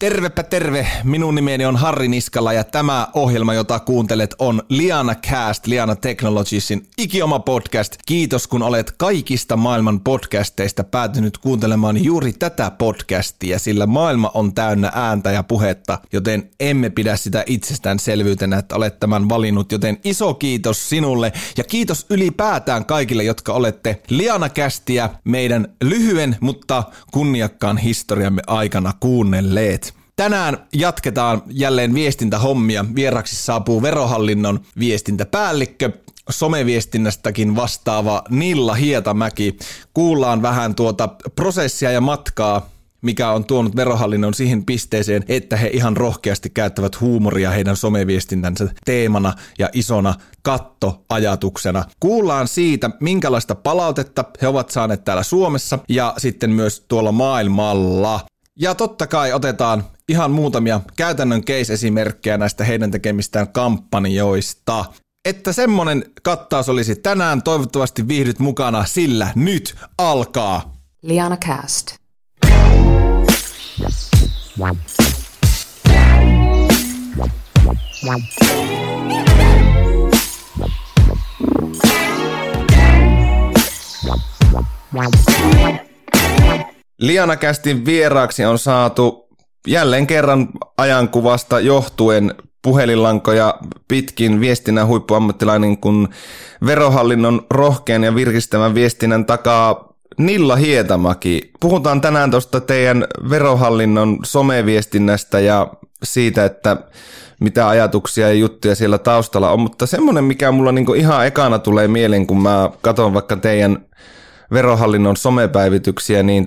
Tervepä terve, minun nimeni on Harri Niskala ja tämä ohjelma, jota kuuntelet, on Liana Cast, Liana Technologiesin ikioma podcast. Kiitos, kun olet kaikista maailman podcasteista päätynyt kuuntelemaan juuri tätä podcastia, sillä maailma on täynnä ääntä ja puhetta, joten emme pidä sitä itsestäänselvyytenä, että olet tämän valinnut, joten iso kiitos sinulle ja kiitos ylipäätään kaikille, jotka olette Liana Castia meidän lyhyen, mutta kunniakkaan historiamme aikana kuunnelleet. Tänään jatketaan jälleen viestintähommia. Vieraksi saapuu Verohallinnon viestintäpäällikkö, someviestinnästäkin vastaava Nilla Hietamäki. Kuullaan vähän tuota prosessia ja matkaa, mikä on tuonut Verohallinnon siihen pisteeseen, että he ihan rohkeasti käyttävät huumoria heidän someviestintänsä teemana ja isona kattoajatuksena. Kuullaan siitä, minkälaista palautetta he ovat saaneet täällä Suomessa ja sitten myös tuolla maailmalla. Ja totta kai otetaan ihan muutamia käytännön case-esimerkkejä näistä heidän tekemistään kampanjoista. Että semmonen kattaus olisi tänään, toivottavasti viihdyt mukana, sillä nyt alkaa Liana Cast. Liana Castin vieraaksi on saatu jälleen kerran ajankuvasta johtuen puhelinlankoja pitkin viestinnän huippuammattilainen, kun Verohallinnon rohkean ja virkistävän viestinnän takaa Nilla Hietamäki. Puhutaan tänään tuosta teidän Verohallinnon someviestinnästä ja siitä, että mitä ajatuksia ja juttuja siellä taustalla on, mutta semmoinen, mikä mulla niinku ihan ekana tulee mieleen, kun mä katson vaikka teidän Verohallinnon somepäivityksiä, niin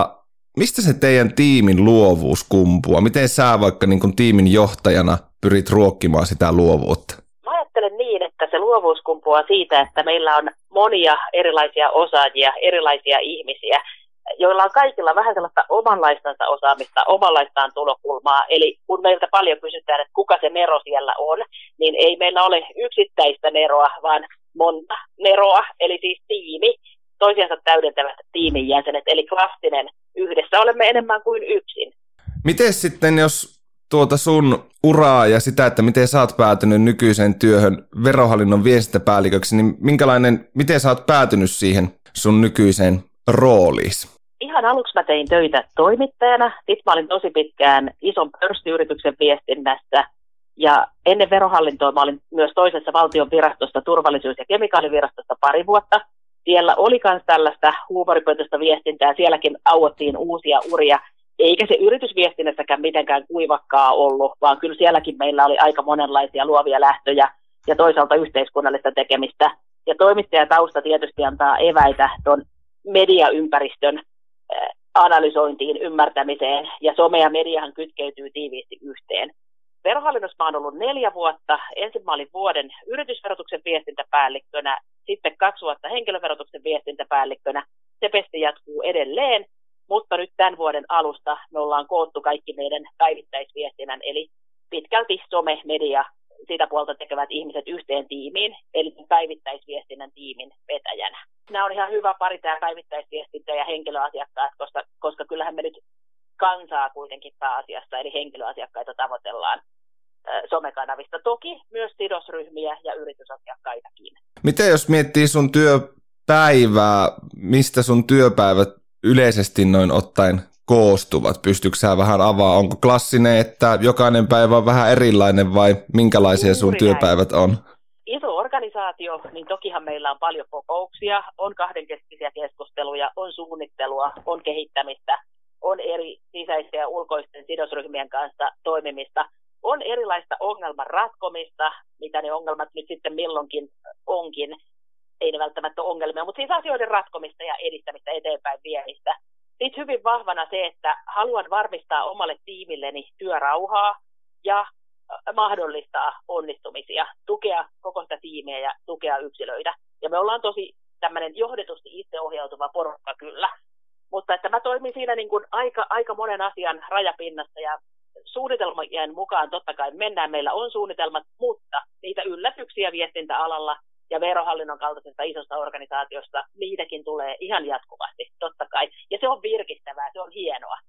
mistä se teidän tiimin luovuus kumpuaa? Miten sä vaikka niin kuin tiimin johtajana pyrit ruokkimaan sitä luovuutta? Mä ajattelen niin, että se luovuus kumpuaa siitä, että meillä on monia erilaisia osaajia, erilaisia ihmisiä, joilla on kaikilla vähän sellaista omanlaistansa osaamista, omanlaistaan tulokulmaa. Eli kun meiltä paljon kysytään, että kuka se Nero siellä on, niin ei meillä ole yksittäistä Neroa, vaan monta Neroa, eli siis tiimi. Toisiansa täydentävät tiimin jäsenet, eli klassinen yhdessä olemme enemmän kuin yksin. Miten sitten, jos tuota sun uraa ja sitä, että miten sä oot päätynyt nykyiseen työhön Verohallinnon viestintäpäälliköksi, niin miten sä oot päätynyt siihen sun nykyiseen rooliin? Ihan aluksi mä tein töitä toimittajana, sitten mä olin tosi pitkään ison pörssiyrityksen viestinnässä, ja ennen Verohallintoa mä olin myös toisessa valtion virastosta, turvallisuus- ja kemikaalivirastosta pari vuotta. Siellä oli myös tällaista huumoripöytäistä viestintää, sielläkin auottiin uusia uria, eikä se yritysviestinnässäkään mitenkään kuivakkaa ollut, vaan kyllä sielläkin meillä oli aika monenlaisia luovia lähtöjä ja toisaalta yhteiskunnallista tekemistä. Ja toimittajatausta tietysti antaa eväitä tuon mediaympäristön analysointiin, ymmärtämiseen, ja some ja mediahan kytkeytyy tiiviisti yhteen. Verohallinnossa mä oon ollut 4 vuotta. Ensin mä olin vuoden yritysverotuksen viestintäpäällikkönä, sitten 2 vuotta henkilöverotuksen viestintäpäällikkönä. Se pesti jatkuu edelleen, mutta nyt tämän vuoden alusta me ollaan koottu kaikki meidän päivittäisviestinnän, eli pitkälti some, media, sitä puolta tekevät ihmiset yhteen tiimiin, eli päivittäisviestinnän tiimin vetäjänä. Nämä on ihan hyvä pari, tämä päivittäisviestintä ja henkilöasiakkaat, koska kyllähän me nyt kansaa kuitenkin pääasiassa, eli henkilöasiakkaita tavoitellaan somekanavista. Toki myös sidosryhmiä ja yritysasiakkaitakin. Miten jos miettii sun työpäivää, mistä sun työpäivät yleisesti noin ottaen koostuvat? Pystytkö sä vähän avaamaan? Onko klassinen, että jokainen päivä on vähän erilainen vai minkälaisia sun työpäivät on? Iso organisaatio, niin tokihan meillä on paljon kokouksia, on kahdenkeskisiä keskusteluja, on suunnittelua, on kehittämistä, on eri sisäisten ja ulkoisten sidosryhmien kanssa toimimista, on erilaista ongelman ratkomista, mitä ne ongelmat nyt sitten milloinkin onkin, ei ne välttämättä ole ongelmia, mutta siis asioiden ratkomista ja edistämistä, eteenpäin viemistä. Sitten hyvin vahvana se, että haluan varmistaa omalle tiimilleni työrauhaa ja mahdollistaa onnistumisia, tukea koko sitä tiimiä ja tukea yksilöitä. Ja me ollaan tosi tämmöinen johdetusti itseohjautuva porukka kyllä. Mutta että mä toimin siinä niin kuin aika monen asian rajapinnassa ja suunnitelmien mukaan totta kai mennään. Meillä on suunnitelmat, mutta niitä yllätyksiä viestintäalalla ja Verohallinnon kaltaisesta isosta organisaatiosta, niitäkin tulee ihan jatkuvasti, totta kai. Ja se on virkistävää, se on hienoa.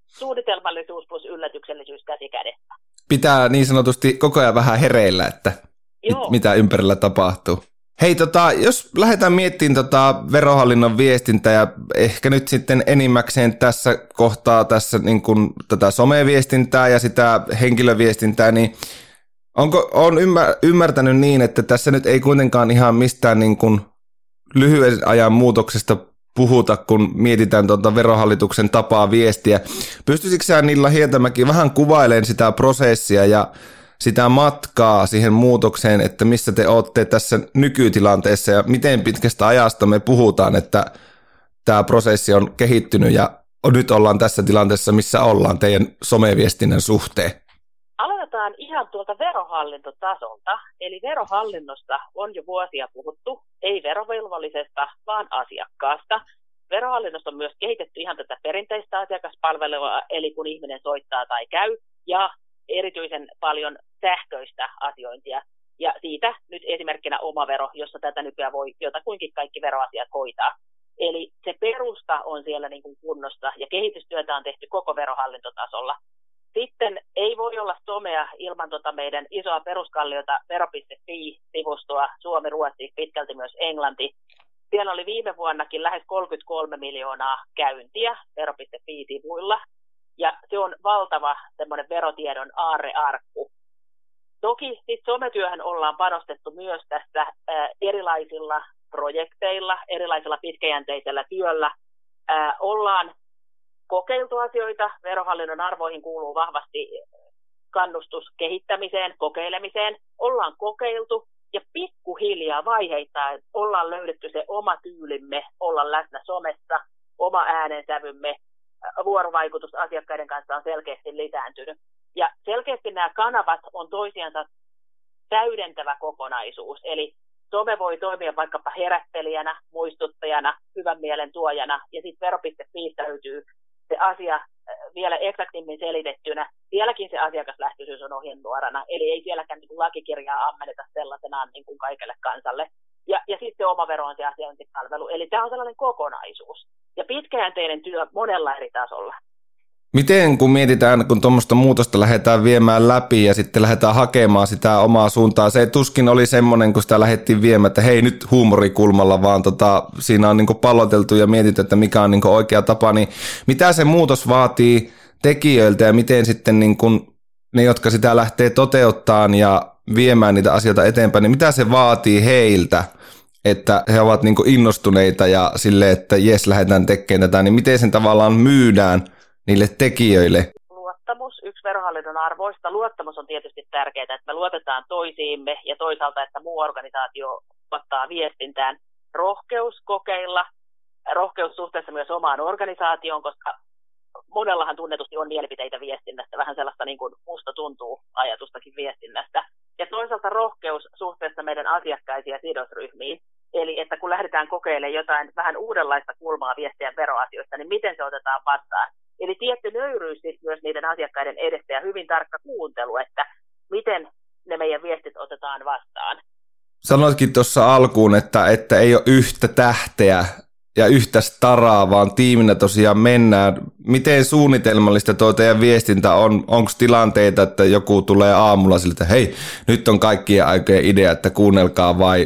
suunnitelmallisuus plus yllätyksellisyys käsi kädessä. Pitää niin sanotusti koko ajan vähän hereillä, että mitä ympärillä tapahtuu. Hei, jos lähdetään miettimään verohallinnon viestintää ja ehkä nyt sitten enimmäkseen tässä kohtaa tässä niin kuin tätä someviestintää ja sitä henkilöviestintää, niin olen ymmärtänyt niin, että tässä nyt ei kuitenkaan ihan mistään niin kuin lyhyen ajan muutoksesta puhuta, kun mietitään verohallituksen tapaa viestiä. Pystyisikö sä Nilla Hietämäki vähän kuvailemaan sitä prosessia ja sitä matkaa siihen muutokseen, että missä te olette tässä nykytilanteessa ja miten pitkästä ajasta me puhutaan, että tämä prosessi on kehittynyt ja nyt ollaan tässä tilanteessa, missä ollaan teidän someviestinnän suhteen? Aloitetaan ihan tuolta verohallintotasolta. Eli verohallinnosta on jo vuosia puhuttu, ei verovelvollisesta, vaan asiakkaasta. Verohallinnosta on myös kehitetty ihan tätä perinteistä asiakaspalvelua, eli kun ihminen soittaa tai käy, ja erityisen paljon sähköistä asiointia. Ja siitä nyt esimerkkinä Omavero, jossa tätä nykyään voi jotakuinkin kaikki veroasiat hoitaa. Eli se perusta on siellä niin kuin kunnossa ja kehitystyötä on tehty koko verohallintotasolla. Sitten ei voi olla somea ilman meidän isoa peruskalliota vero.fi-sivustoa, Suomi, Ruotsi, pitkälti myös Englanti. Siellä oli viime vuonnakin lähes 33 miljoonaa käyntiä vero.fi-sivuilla. Ja se on valtava semmoinen verotiedon aarrearkku. Toki sometyöhön ollaan panostettu myös tässä erilaisilla projekteilla, erilaisilla pitkäjänteisellä työllä. Ollaan kokeiltu asioita. Verohallinnon arvoihin kuuluu vahvasti kannustus kehittämiseen, kokeilemiseen. Ollaan kokeiltu ja pikkuhiljaa vaiheittain ollaan löydetty se oma tyylimme olla läsnä somessa, oma äänensävymme. Vuorovaikutus asiakkaiden kanssa on selkeästi lisääntynyt. Ja selkeästi nämä kanavat on toisiansa täydentävä kokonaisuus. Eli some voi toimia vaikkapa herättelijänä, muistuttajana, hyvän mielen tuojana, ja sitten vero.fi löytyy se asia vielä eksaktimmin selitettynä. Sielläkin se asiakaslähtöisyys on ohjenuorana, eli ei sielläkään niin kuin lakikirjaa ammenneta sellaisenaan niin kuin kaikelle kansalle. Ja sitten Omavero on se asiointipalvelu, eli tämä on sellainen kokonaisuus. Ja pitkäjänteinen työ monella eri tasolla. Miten kun mietitään, kun tuommoista muutosta lähdetään viemään läpi ja sitten lähdetään hakemaan sitä omaa suuntaa, se tuskin oli semmoinen, kun sitä lähdettiin viemään, että hei nyt huumorikulmalla, vaan siinä on niin kuin palloteltu ja mietitty, että mikä on niin kuin oikea tapa, niin mitä se muutos vaatii tekijöiltä ja miten sitten niin kuin ne, jotka sitä lähtee toteuttamaan ja viemään niitä asioita eteenpäin, niin mitä se vaatii heiltä, että he ovat niin kuin innostuneita ja silleen, että jes, lähdetään tekemään tätä, niin miten sen tavallaan myydään niille tekijöille? Luottamus, yksi verohallinnon arvoista. Luottamus on tietysti tärkeää, että me luotetaan toisiimme ja toisaalta, että muu organisaatio ottaa viestintään. Rohkeus kokeilla, rohkeus suhteessa myös omaan organisaatioon, koska monellahan tunnetusti on mielipiteitä viestinnästä, vähän sellaista niin kuin musta tuntuu ajatustakin viestinnästä. Ja toisaalta rohkeus suhteessa meidän asiakkaisiin ja sidosryhmiin. Eli että kun lähdetään kokeilemaan jotain vähän uudenlaista kulmaa viestiä veroasioista, niin miten se otetaan vastaan. Eli tietty nöyryys siis myös niiden asiakkaiden edessä ja hyvin tarkka kuuntelu, että miten ne meidän viestit otetaan vastaan. Sanoitkin tuossa alkuun, että ei ole yhtä tähteä ja yhtä staraa, vaan tiiminä tosiaan mennään. Miten suunnitelmallista tuo teidän viestintä on? Onko tilanteita, että joku tulee aamulla sille, että hei, nyt on kaikkien aikojen idea, että kuunnelkaa, vai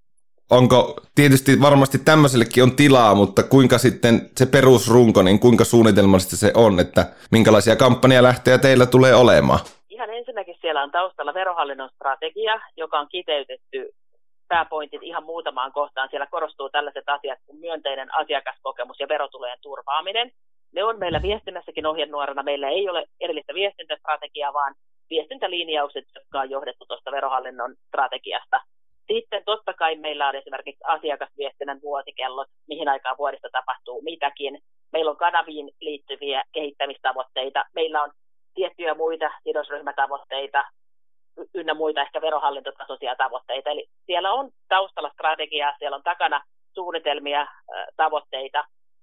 onko, tietysti varmasti tämmöisellekin on tilaa, mutta kuinka sitten se perusrunko, niin kuinka suunnitelmallista se on, että minkälaisia kampanjalähtöjä teillä tulee olemaan? Ihan ensinnäkin siellä on taustalla verohallinnon strategia, joka on kiteytetty pääpointit ihan muutamaan kohtaan. Siellä korostuu tällaiset asiat kuin myönteinen asiakaskokemus ja verotulojen turvaaminen. Ne on meillä viestinnässäkin ohjenuorana. Meillä ei ole erillistä viestintästrategiaa, vaan viestintälinjaukset, jotka on johdettu tuosta verohallinnon strategiasta. Sitten totta kai meillä on esimerkiksi asiakasviestinnän vuosikellot, mihin aikaan vuodesta tapahtuu mitäkin. Meillä on kanaviin liittyviä kehittämistavoitteita. Meillä on tiettyjä muita sidosryhmätavoitteita ynnä muita ehkä verohallintotasoisia tavoitteita. Eli siellä on taustalla strategiaa, siellä on takana suunnitelmia, tavoitteita.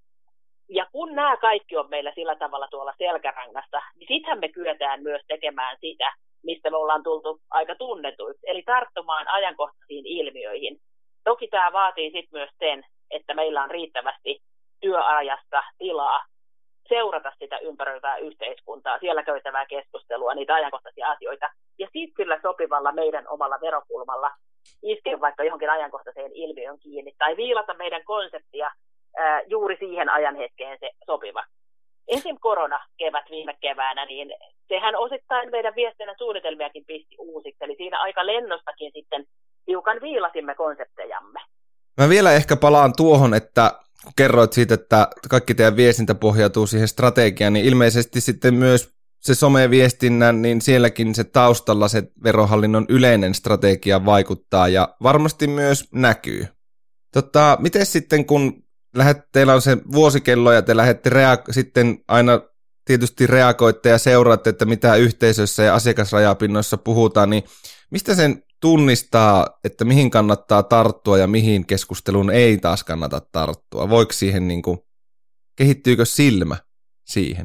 Ja kun nämä kaikki on meillä sillä tavalla tuolla selkärangassa, niin sittenhän me kyetään myös tekemään sitä, mistä me ollaan tultu aika tunnetuiksi, eli tarttumaan ajankohtaisiin ilmiöihin. Toki tämä vaatii sitten myös sen, että meillä on riittävästi työajassa tilaa seurata sitä ympäröivää yhteiskuntaa, siellä käytävää keskustelua, niitä ajankohtaisia asioita, ja sitten sillä sopivalla meidän omalla verokulmalla iskeä vaikka johonkin ajankohtaiseen ilmiön kiinni, tai viilata meidän konseptia juuri siihen ajanhetkeen se sopiva. Esim. Koronakevät viime keväänä, niin sehän osittain meidän viestinnän suunnitelmiakin pisti uusiksi, eli siinä aika lennostakin sitten hiukan viilasimme konseptejamme. Mä vielä ehkä palaan tuohon, että kun kerroit siitä, että kaikki teidän viestintä pohjautuu siihen strategiaan, niin ilmeisesti sitten myös se someviestinnän, niin sielläkin se taustalla se Verohallinnon yleinen strategia vaikuttaa ja varmasti myös näkyy. Miten sitten kun teillä on se vuosikello ja te lähdette sitten aina tietysti reagoitte ja seuraatte, että mitä yhteisöissä ja asiakasrajapinnoissa puhutaan, niin mistä sen tunnistaa, että mihin kannattaa tarttua ja mihin keskusteluun ei taas kannata tarttua? Voiko siihen kehittyykö silmä siihen?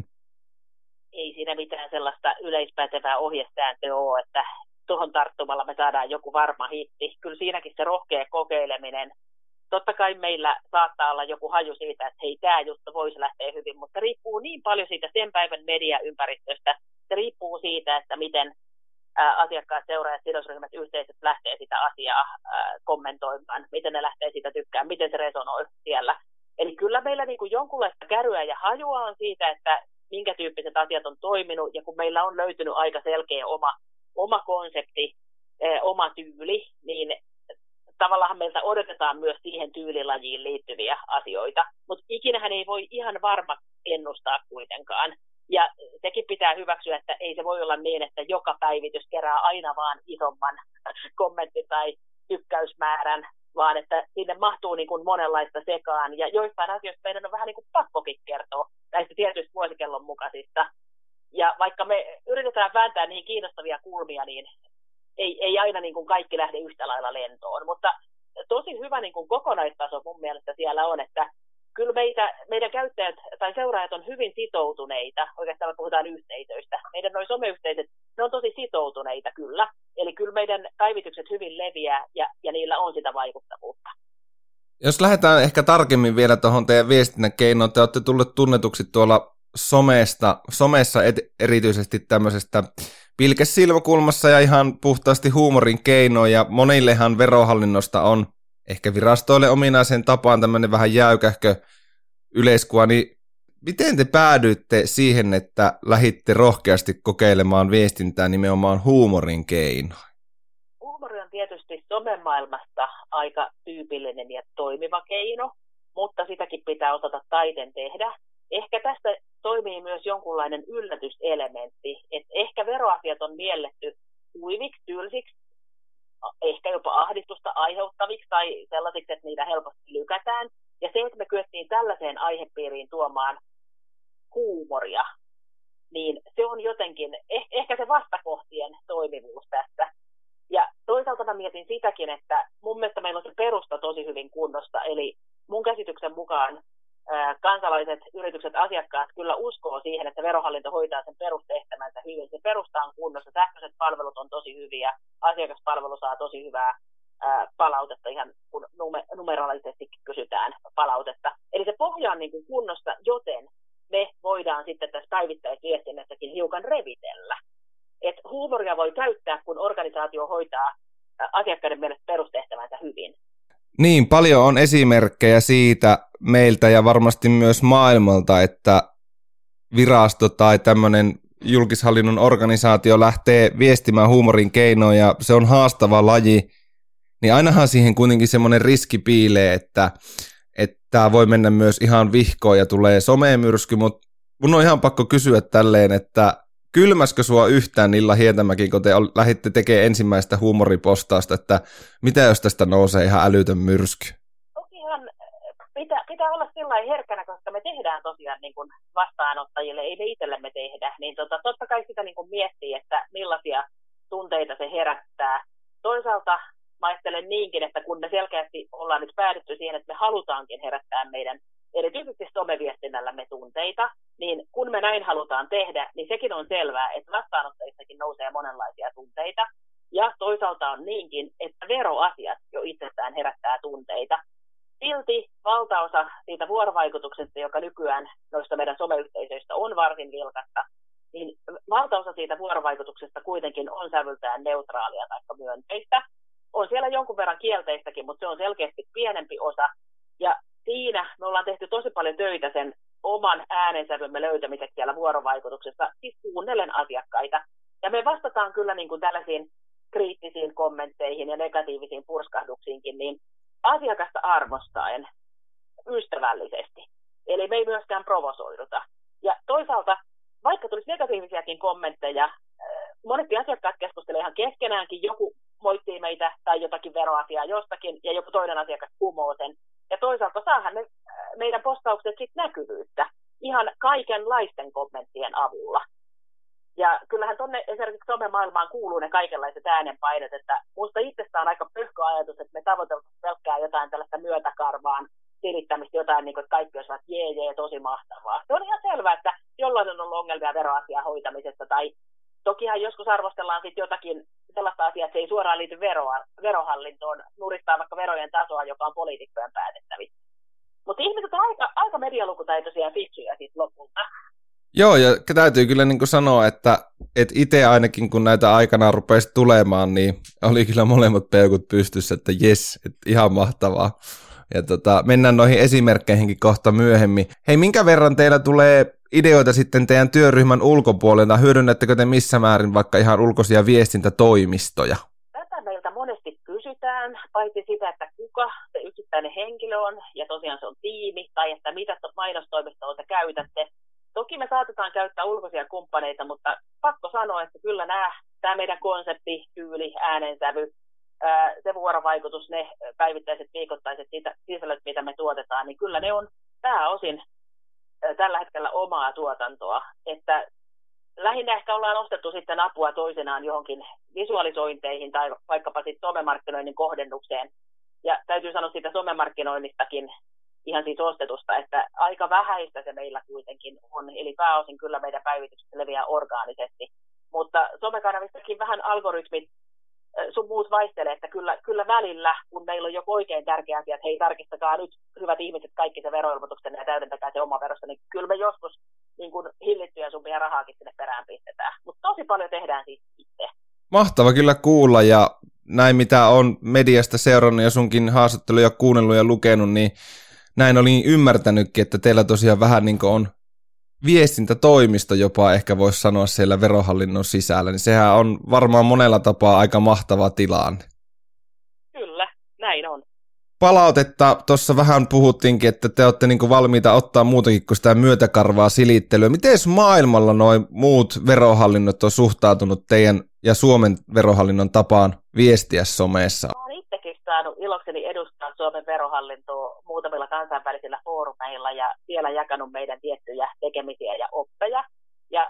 Ei siinä mitään sellaista yleispätevää ohjesääntöä ole, että tuohon tarttumalla me saadaan joku varma hitti. Kyllä siinäkin se rohkea kokeileminen. Totta kai meillä saattaa olla joku haju siitä, että hei, tämä juttu voisi lähteä hyvin, mutta riippuu niin paljon siitä sen päivän mediaympäristöstä. Se riippuu siitä, että miten asiakkaat, seuraajat, sidosryhmät, yhteisöt lähtee sitä asiaa kommentoimaan, miten ne lähtee sitä tykkään, miten se resonoi siellä. Eli kyllä meillä niin kuin jonkunlaista käryä ja hajua on siitä, että minkä tyyppiset asiat on toiminut, ja kun meillä on löytynyt aika selkeä oma konsepti, oma tyyli, niin tavallaan meiltä odotetaan myös siihen tyylilajiin liittyviä asioita, mutta ikinähän ei voi ihan varma ennustaa kuitenkaan. Ja sekin pitää hyväksyä, että ei se voi olla niin, että joka päivitys kerää aina vaan isomman kommentti- tai tykkäysmäärän, vaan että sinne mahtuu niin kuin monenlaista sekaan. Ja joistain asioista meidän on vähän niin kuin pakkokin kertoa näistä tietyistä vuosikellon mukaisista. Ja vaikka me yritetään vääntää niin kiinnostavia kulmia, niin ei aina niin kuin kaikki lähde yhtä lailla lentoon. Mutta tosi hyvä niin kuin kokonaistaso mun mielestä siellä on, että kyllä meidän käyttäjät tai seuraajat on hyvin sitoutuneita, oikeastaan me puhutaan yhteisöistä. Meidän noi someyhteisöt, ne on tosi sitoutuneita kyllä. Eli kyllä meidän päivitykset hyvin leviää ja niillä on sitä vaikuttavuutta. Jos lähdetään ehkä tarkemmin vielä tuohon teidän viestinnän keinoon, te olette tulleet tunnetuksi tuolla somessa erityisesti tämmöisestä pilkesilmäkulmassa ja ihan puhtaasti huumorin keinoin, ja monillehan Verohallinnosta on ehkä virastoille ominaisen tapaan tämmöinen vähän jäykähkö yleiskuva, niin miten te päädyitte siihen, että lähditte rohkeasti kokeilemaan viestintää nimenomaan huumorin keinoin? Huumori on tietysti somemaailmasta aika tyypillinen ja toimiva keino, mutta sitäkin pitää osata taiten tehdä. Ehkä tässä toimii myös jonkunlainen yllätyselementti, että ehkä veroasiat on mielletty kuiviksi, tylsiksi, ehkä jopa ahdistusta aiheuttaviksi tai sellaisiksi, että niitä helposti lykätään. Ja se, että me kyettiin tällaiseen aihepiiriin tuomaan huumoria, niin se on jotenkin ehkä se vastakohtien toimivuus tässä. Ja toisaalta mä mietin sitäkin, että mun mielestä meillä on se perusta tosi hyvin kunnossa, eli mun käsityksen mukaan kansalaiset, yritykset, asiakkaat kyllä uskoo siihen, että Verohallinto hoitaa sen perustehtävänsä hyvin. Se perusta on kunnossa, sähköiset palvelut on tosi hyviä, asiakaspalvelu saa tosi hyvää palautetta, ihan kun numeraalisesti kysytään palautetta. Eli se pohja on niin kuin kunnossa, joten me voidaan sitten tässä päivittäisviestinnässäkin hiukan revitellä. Et huumoria voi käyttää, kun organisaatio hoitaa asiakkaiden mielestä perustehtävänsä hyvin. Niin, paljon on esimerkkejä siitä meiltä ja varmasti myös maailmalta, että virasto tai tämmöinen julkishallinnon organisaatio lähtee viestimään huumorin keinoin ja se on haastava laji, niin ainahan siihen kuitenkin semmoinen riski piilee, että tämä voi mennä myös ihan vihkoon ja tulee somemyrsky, mutta mun on ihan pakko kysyä tälleen, että kylmäskö sua yhtään Nilla Hietämäki, kun te lähditte tekemään ensimmäistä huumoripostausta, että mitä jos tästä nousee ihan älytön myrsky? Tokihan pitää olla sillä herkkänä, koska me tehdään tosiaan niin kuin vastaanottajille, ei me itsellemme tehdä, niin totta kai sitä niin kuin miettii, että millaisia tunteita se herättää. Toisaalta mä ajattelen niinkin, että kun me selkeästi ollaan nyt päädytty siihen, että me halutaankin herättää meidän erityisesti someviestinnällämme tunteita, niin kun me näin halutaan tehdä, niin sekin on selvää, että vastaanottajissakin nousee monenlaisia tunteita. Ja toisaalta on niinkin, että veroasiat jo itsestään herättää tunteita. silti valtaosa siitä vuorovaikutuksesta, joka nykyään noista meidän someyhteisöistä on varsin vilkasta, niin valtaosa siitä vuorovaikutuksesta kuitenkin on sävyltään neutraalia tai myönteistä. On siellä jonkun verran kielteistäkin, mutta se on selkeästi pienempi osa. Ja siinä me ollaan tehty tosi paljon töitä sen oman äänensävymme löytämiseksi siellä vuorovaikutuksessa, siis kuunnellen asiakkaita. Ja me vastataan kyllä niin kuin tällaisiin kriittisiin kommentteihin ja negatiivisiin purskahduksiinkin, niin asiakasta arvostaen, ystävällisesti. Eli me ei myöskään provosoiduta. Ja toisaalta, vaikka tulisi negatiivisiakin kommentteja, monesti asiakkaat keskustelevat ihan keskenäänkin, joku moittii meitä tai jotakin veroasiaa jostakin, ja joku toinen asiakas kumoo sen. Ja toisaalta saahan ne meidän postaukset sitten näkyvyyttä ihan kaikenlaisten kommenttien avulla. Ja kyllähän tuonne esimerkiksi somemaailmaan kuuluu ne kaikenlaiset äänenpainet, että musta itsestään on aika pöhkö ajatus, että me tavoitellaan pelkkää jotain tällaista myötäkarvaan silittämistä, jotain niin kuin, että kaikki olisivat jee, tosi mahtavaa. Se on ihan selvää, että jollain on ollut ongelmia veroasian hoitamisesta, tai tokihan joskus arvostellaan sitten jotakin sellaista asiaa, että se ei suoraan liity verohallintoon, nuristaa vaikka verojen tasoa, joka on poliitikkojen päätettävissä. Mutta ihmiset on aika medialukutaitoisia ja fiksuja siis lopulta. Joo, ja täytyy kyllä niin kuin sanoa, että itse ainakin kun näitä aikanaan rupesi tulemaan, niin oli kyllä molemmat peukut pystyssä, että jes, että ihan mahtavaa. Ja mennään noihin esimerkkeihinkin kohta myöhemmin. Hei, minkä verran teillä tulee ideoita sitten teidän työryhmän ulkopuolelta? Hyödynnättekö te missä määrin vaikka ihan ulkoisia viestintätoimistoja? Tätä meiltä monesti kysytään, paitsi sitä, että kuka se yksittäinen henkilö on, ja tosiaan se on tiimi, tai että mitä mainostoimistoa te käytätte. Toki me saatetaan käyttää ulkoisia kumppaneita, mutta pakko sanoa, että kyllä tämä meidän konsepti, tyyli, äänensävy, se vuorovaikutus, ne päivittäiset viikoittaiset sisällöt, mitä me tuotetaan, niin kyllä ne on pääosin tällä hetkellä omaa tuotantoa. Että lähinnä ehkä ollaan ostettu sitten apua toisenaan johonkin visualisointeihin tai vaikkapa sitten somemarkkinoinnin kohdennukseen. Ja täytyy sanoa siitä somemarkkinoinnistakin, ihan siis ostetusta, että aika vähäistä se meillä kuitenkin on. Eli pääosin kyllä meidän päivitykset leviää orgaanisesti. Mutta somekanavistakin vähän algoritmit sun muut vaihtelee, että kyllä välillä, kun meillä on joku oikein tärkeä asia, että hei, tarkistakaa nyt, hyvät ihmiset, kaikki se veroilmoituksen ja täydentäkää se oma verosta, niin kyllä me joskus niin kuin hillittyjä summia rahaakin sinne perään pistetään. Mutta tosi paljon tehdään siis itse. Mahtava kyllä kuulla, ja näin mitä on mediasta seurannut ja sunkin haastatteluja kuunnellut ja lukenut, niin näin olin ymmärtänytkin, että teillä tosiaan vähän niin kuin on viestintätoimisto jopa, ehkä voisi sanoa siellä verohallinnon sisällä, niin sehän on varmaan monella tapaa aika mahtava tilanne. Kyllä, näin on. Palautetta, tuossa vähän puhuttiinkin, että te olette niin kuin valmiita ottaa muutakin kuin sitä myötäkarvaa silittelyä. Miten maailmalla nuo muut verohallinnot on suhtautunut teidän ja Suomen verohallinnon tapaan viestiä somessa? Olen itsekin saanut ilokseni edustaa Suomen verohallintoa muutamilla kansainvälisillä foorumeilla ja siellä jakanut meidän tiettyjä tekemisiä ja oppeja. Ja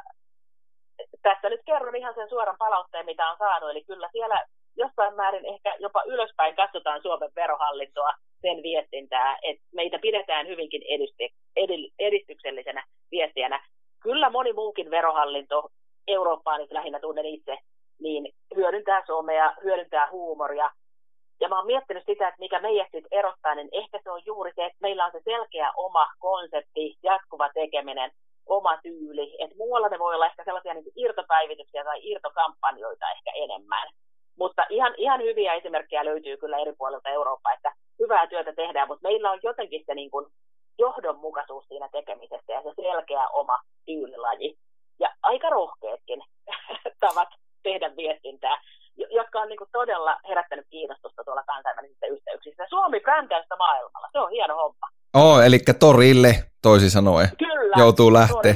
tässä nyt kerron ihan sen suoran palautteen, mitä on saanut. Eli kyllä siellä jossain määrin ehkä jopa ylöspäin katsotaan Suomen verohallintoa, sen viestintää, että meitä pidetään hyvinkin edistyksellisenä viestijänä. Kyllä moni muukin verohallinto, Eurooppaa nyt lähinnä tunnen itse, niin hyödyntää somea, hyödyntää huumoria. Ja mä oon miettinyt sitä, että mikä meidät sitten erottaa, niin ehkä se on juuri se, että meillä on se selkeä oma konsepti, jatkuva tekeminen, oma tyyli. Että muualla ne voi olla ehkä sellaisia niin kuin irtopäivityksiä tai irtokampanjoita ehkä enemmän. Mutta ihan hyviä esimerkkejä löytyy kyllä eri puolilta Eurooppaa, että hyvää työtä tehdään, mutta meillä on jotenkin se niin kuin johdonmukaisuus siinä tekemisessä ja se selkeä oma tyylilaji. Ja aika rohkeatkin tavat tehdä viestintää, jotka on niin kuin todella herättänyt kiinnostusta tuolla kansainvälisissä yhteyksissä. Suomi brändäystä maailmalla, se on hieno homma. Eli torille toisin sanoen. Kyllä, joutuu lähteä.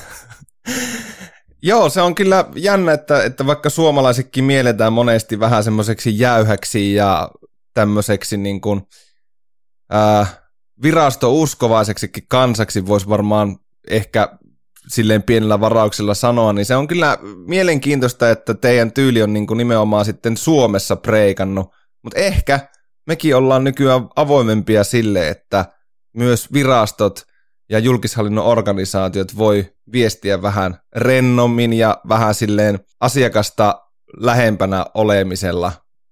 Joo, se on kyllä jännä, että vaikka suomalaisetkin mielletään monesti vähän semmoiseksi jäyhäksi ja tämmöiseksi niin kuin, virastouskovaiseksikin kansaksi voisi varmaan ehkä silleen pienellä varauksella sanoa, niin se on kyllä mielenkiintoista, että teidän tyyli on niin kuin nimenomaan sitten Suomessa preikannut, mutta ehkä mekin ollaan nykyään avoimempia sille, että myös virastot ja julkishallinnon organisaatiot voi viestiä vähän rennommin ja vähän silleen asiakasta lähempänä olemisella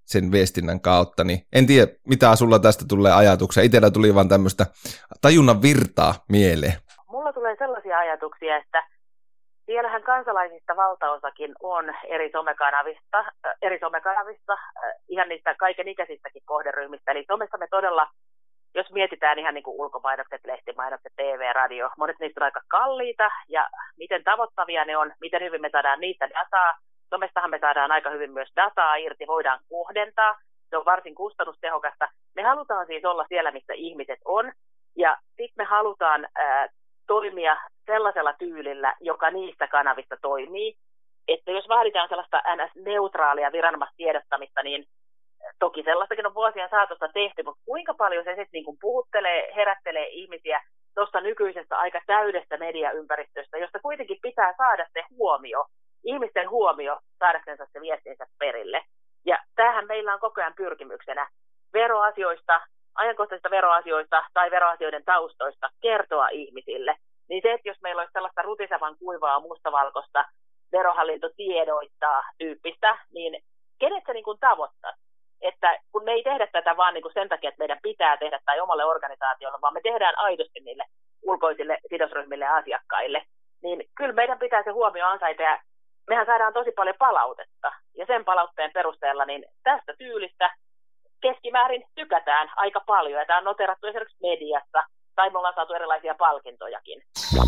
sen viestinnän kautta, niin en tiedä, mitä sulla tästä tulee ajatuksia. Itsellä tuli vaan tämmöistä tajunnan virtaa mieleen. Mulla tulee sellaisia ajatuksia, että siellähän kansalaisista valtaosakin on eri somekanavista, ihan niistä kaiken ikäisistäkin kohderyhmistä. Eli somessa me todella, jos mietitään ihan niin kuin ulkomainokset, lehtimainokset, TV, radio, monet niistä on aika kalliita ja miten tavoittavia ne on, miten hyvin me saadaan niistä dataa. Somestahan me saadaan aika hyvin myös dataa irti, voidaan kohdentaa, se on varsin kustannustehokasta. Me halutaan siis olla siellä, missä ihmiset on ja sitten me halutaan toimia sellaisella tyylillä, joka niistä kanavista toimii. Että jos vaaditaan sellaista NS-neutraalia viranomaistiedottamista, niin toki sellaistakin on vuosien saatossa tehty, mutta kuinka paljon se sitten niin puhuttelee, herättelee ihmisiä tuosta nykyisestä aika täydestä mediaympäristöstä, josta kuitenkin pitää saada se huomio, ihmisten huomio saadaksensa se viestinsä perille. Ja tämähän meillä on koko ajan pyrkimyksenä veroasioista, ajankohtaisista veroasioista tai veroasioiden taustoista kertoa ihmisille. Niin se, että jos meillä olisi sellaista rutisevan kuivaa mustavalkoista verohallinto tiedoittaa tyyppistä, niin kenet se niin kuin tavoittaa? Että kun me ei tehdä tätä vaan niin kuin sen takia, että meidän pitää tehdä tai omalle organisaatiolle, vaan me tehdään aidosti niille ulkoisille sidosryhmille ja asiakkaille, niin kyllä meidän pitää se huomio ansaita ja mehän saadaan tosi paljon palautetta. Ja sen palautteen perusteella niin tästä tyylistä keskimäärin tykätään aika paljon. Ja tämä on noterattu esimerkiksi mediassa tai me ollaan saatu erilaisia palkintojakin.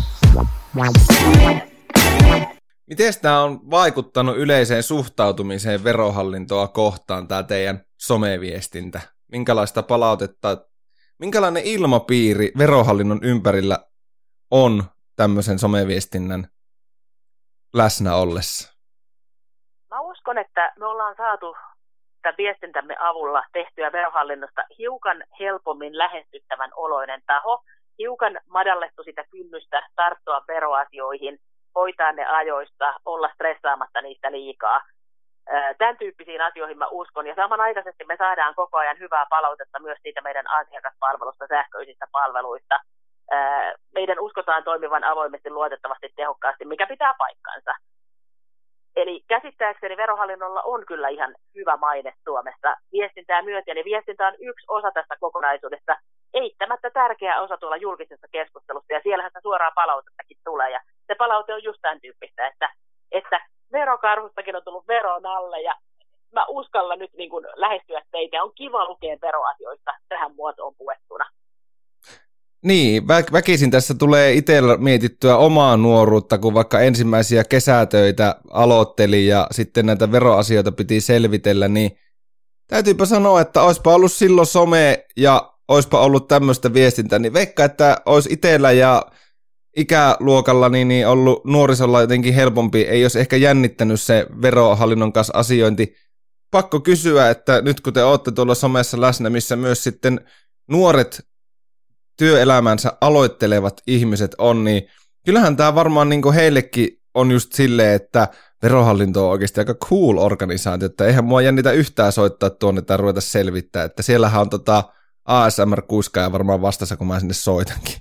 Miten tämä on vaikuttanut yleiseen suhtautumiseen verohallintoa kohtaan, tämä teidän someviestintä? Minkälaista palautetta, minkälainen ilmapiiri verohallinnon ympärillä on tämmöisen someviestinnän läsnä ollessa? Mä uskon, että me ollaan saatu tämän viestintämme avulla tehtyä verohallinnosta hiukan helpommin lähestyttävän oloinen taho, hiukan madallettu sitä kynnystä tarttua veroasioihin, hoitaa ne ajoista, olla stressaamatta niistä liikaa. Tämän tyyppisiin asioihin mä uskon. Ja samanaikaisesti me saadaan koko ajan hyvää palautetta myös siitä meidän asiakaspalvelusta, sähköisistä palveluista. Meidän uskotaan toimivan avoimesti, luotettavasti, tehokkaasti, mikä pitää paikkansa. Eli käsittääkseni verohallinnolla on kyllä ihan hyvä maine Suomessa viestintää myöten. Ja viestintä on yksi osa tästä kokonaisuudesta, eittämättä tärkeä osa tuolla julkisessa keskustelussa. Ja siellähän sitä suoraa palautettakin tulee. Ja se palaute on just tämän tyyppistä, että verokarhustakin on tullut veron alle. Ja mä uskallan nyt niin kuin lähestyä teitä. On kiva lukea veroasioista tähän muotoon puettuna. Niin, väkisin tässä tulee itsellä mietittyä omaa nuoruutta, kun vaikka ensimmäisiä kesätöitä aloitteli ja sitten näitä veroasioita piti selvitellä, niin täytyypä sanoa, että olisipa ollut silloin some ja olisipa ollut tämmöistä viestintää, niin veikka, että olisi itsellä ja ikäluokalla niin ollut nuorisolla jotenkin helpompi, ei olisi ehkä jännittänyt se verohallinnon kanssa asiointi. Pakko kysyä, että nyt kun te olette tuolla somessa läsnä, missä myös sitten nuoret työelämänsä aloittelevat ihmiset on, niin kyllähän tämä varmaan niin heillekin on just silleen, että verohallinto on oikeasti aika cool organisaatio, että eihän mua jännitä yhtään soittaa tuonne tai ruveta selvittää, että siellähän on ASMR-kuiskaaja varmaan vastassa, kun mä sinne soitankin.